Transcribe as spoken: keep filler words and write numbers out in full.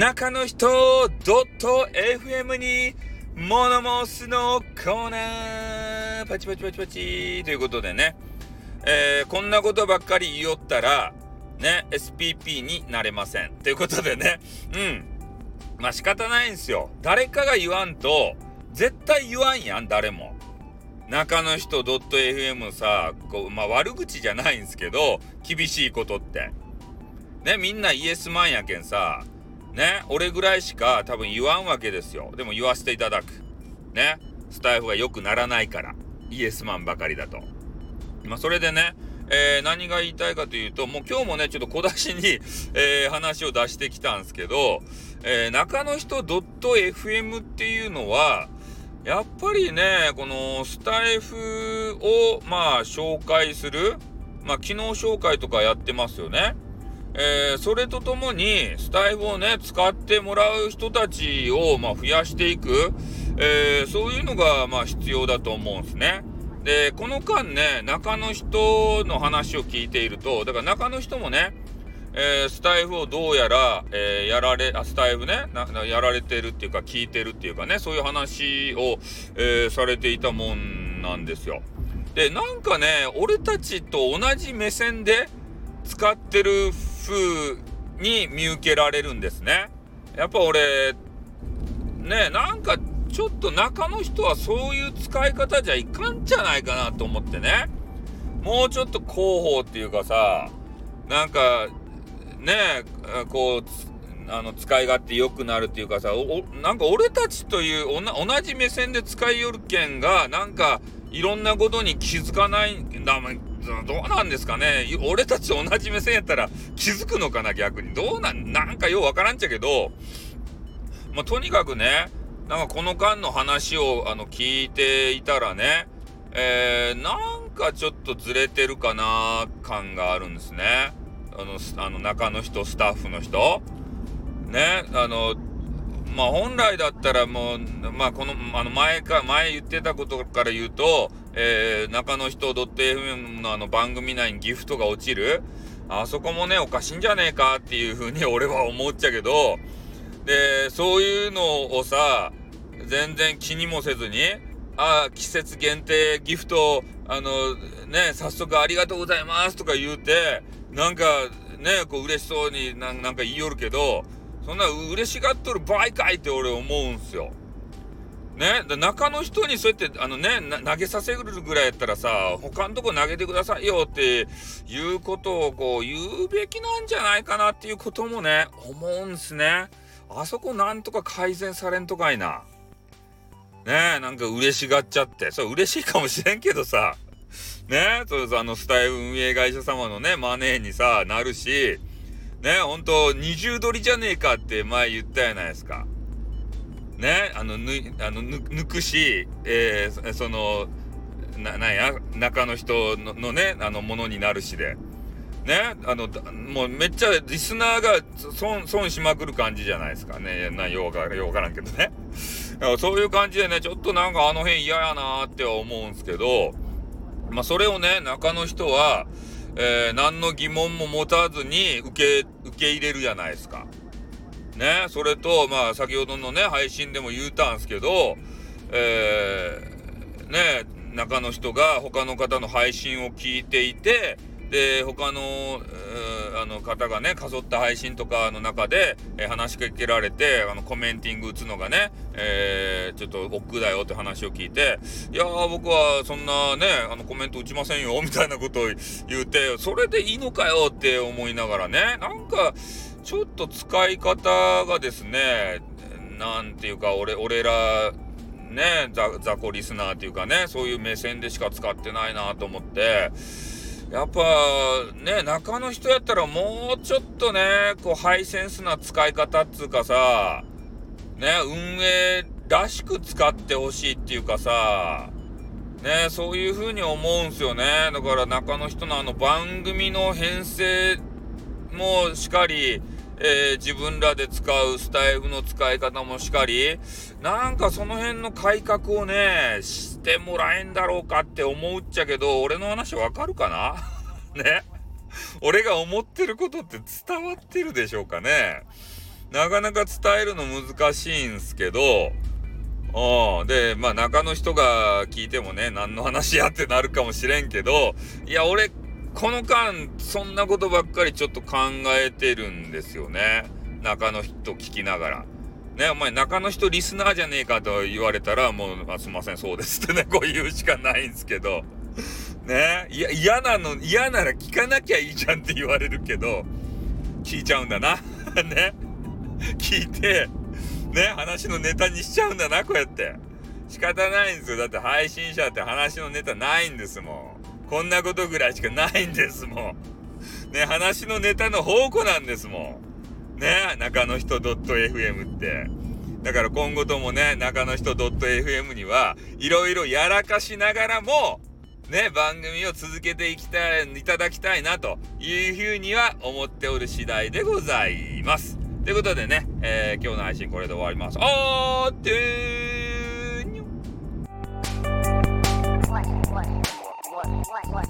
中の人 .エフエム に物申すのコーナーパチパチパチパチということでね、えー、こんなことばっかり言いよったらね エスピーピー になれませんということでね、うんまあ仕方ないんですよ。誰かが言わんと絶対言わんやん。誰も中の人 .エフエム さこう、まあ、悪口じゃないんですけど厳しいことってね、みんなイエスマンやけんさね、俺ぐらいしか多分言わんわけですよ。でも言わせていただくね、スタイフが良くならないからイエスマンばかりだと。まあそれでね、えー、何が言いたいかというと、もう今日もねちょっと小出しに、えー、話を出してきたんですけど、えー、中の人 .エフエム っていうのはやっぱりね、このスタイフをまあ紹介する、まあ機能紹介とかやってますよね。えー、それとともにスタイフをね使ってもらう人たちをまあ増やしていく、えー、そういうのがまあ必要だと思うんですね。でこの間ね中の人の話を聞いていると、だから中の人もね、えー、スタイフをどうやら、えー、やられあスタイフねななやられてるっていうか聞いてるっていうかね、そういう話を、えー、されていたもんなんですよ。でなんかね俺たちと同じ目線で使ってる風に見受けられるんですね。やっぱ俺ねなんかちょっと中の人はそういう使い方じゃいかんじゃないかなと思ってね、もうちょっと広報っていうかさ、なんかねこうあの使い勝手良くなるっていうかさ、おなんか俺たちというおな同じ目線で使いよるけんがなんかいろんなことに気づかないんだ。どうなんですかね。俺たち同じ目線やったら気づくのかな、逆に。どうなん、なんかようわからんちゃけど、まあ、とにかくね、なんかこの間の話をあの聞いていたらね、えー、なんかちょっとずれてるかな感があるんですね。あの、あの中の人、スタッフの人。ね、あの、まあ本来だったらもう、まあこの、あの前か、前言ってたことから言うと、えー、中の人 .エフエム のあの番組内にギフトが落ちる。あそこもね、おかしいんじゃねえかっていうふうに俺は思っちゃうけど、で、そういうのをさ、全然気にもせずに、あ、季節限定ギフト、あの、ね、早速ありがとうございますとか言うて、なんかね、こう嬉しそうにな、なんか言いよるけど、そんな嬉しがっとる場合かいって俺思うんすよ。ね、中の人にそうやってあのね投げさせるぐらいやったらさ、他のとこ投げてくださいよっていうことをこう言うべきなんじゃないかなっていうこともね思うんすね。あそこなんとか改善されんとかいな。ねえ、なんか嬉しがっちゃって、そう嬉しいかもしれんけどさ、ねえ、そうあのスタイル運営会社様のねマネーにさなるし。ね、ほんと二重取りじゃねえかって前言ったじゃないですか。ね、あのぬあのぬ抜くし、えー、そのななんや中の人ののねあのものになるしで、ね、あのもうめっちゃリスナーが損損しまくる感じじゃないですかね。なようかようからんけどね。そういう感じでね、ちょっとなんかあの辺嫌やなーっては思うんですけど、まあそれをね中の人は。えー、何の疑問も持たずに受け受け入れるじゃないですか。ね、それとまあ先ほどのね配信でも言うたんすけど、えー、ね中の人が他の方の配信を聞いていて、で他の、えー、あの方がねかそった配信とかの中で、えー、話しかけられてあのコメンティング打つのがね、えー、ちょっと億劫だよって話を聞いて、いやー僕はそんなねあのコメント打ちませんよみたいなことを言うて、それでいいのかよって思いながらね、なんかちょっと使い方がですね、なんていうか俺俺らねザザコリスナーっていうかね、そういう目線でしか使ってないなと思って。やっぱね中の人やったらもうちょっとねこうハイセンスな使い方っつうかさね、運営らしく使ってほしいっていうかさね、そういう風に思うんすよね。だから中の人のあの番組の編成もしかり、えー、自分らで使うスタイルの使い方もしかり、なんかその辺の改革をねしてもらえんだろうかって思うっちゃけど、俺の話わかるかなね、俺が思ってることって伝わってるでしょうかね。 なかなか伝えるの難しいんすけど、あで、まあ中の人が聞いてもね、何の話やってなるかもしれんけど、いや、俺、この間、そんなことばっかりちょっと考えてるんですよね。中の人聞きながら。ね、お前中の人リスナーじゃねえかと言われたら、もう、あ、すいません、そうですってね、こう言うしかないんですけど。ね、いや、嫌なの、嫌なら聞かなきゃいいじゃんって言われるけど、聞いちゃうんだな。ね。聞いて、ね、話のネタにしちゃうんだな、こうやって。仕方ないんですよ。だって配信者って話のネタないんですもん。こんなことぐらいしかないんですもん。ね、話のネタの宝庫なんですもん。ね、中の人 .fm って。だから今後ともね、中の人 .fm にはいろいろやらかしながらも、ね、番組を続けていきたい、いただきたいなというふうには思っておる次第でございます。ということでね、えー、今日の配信これで終わります。おーってーにょ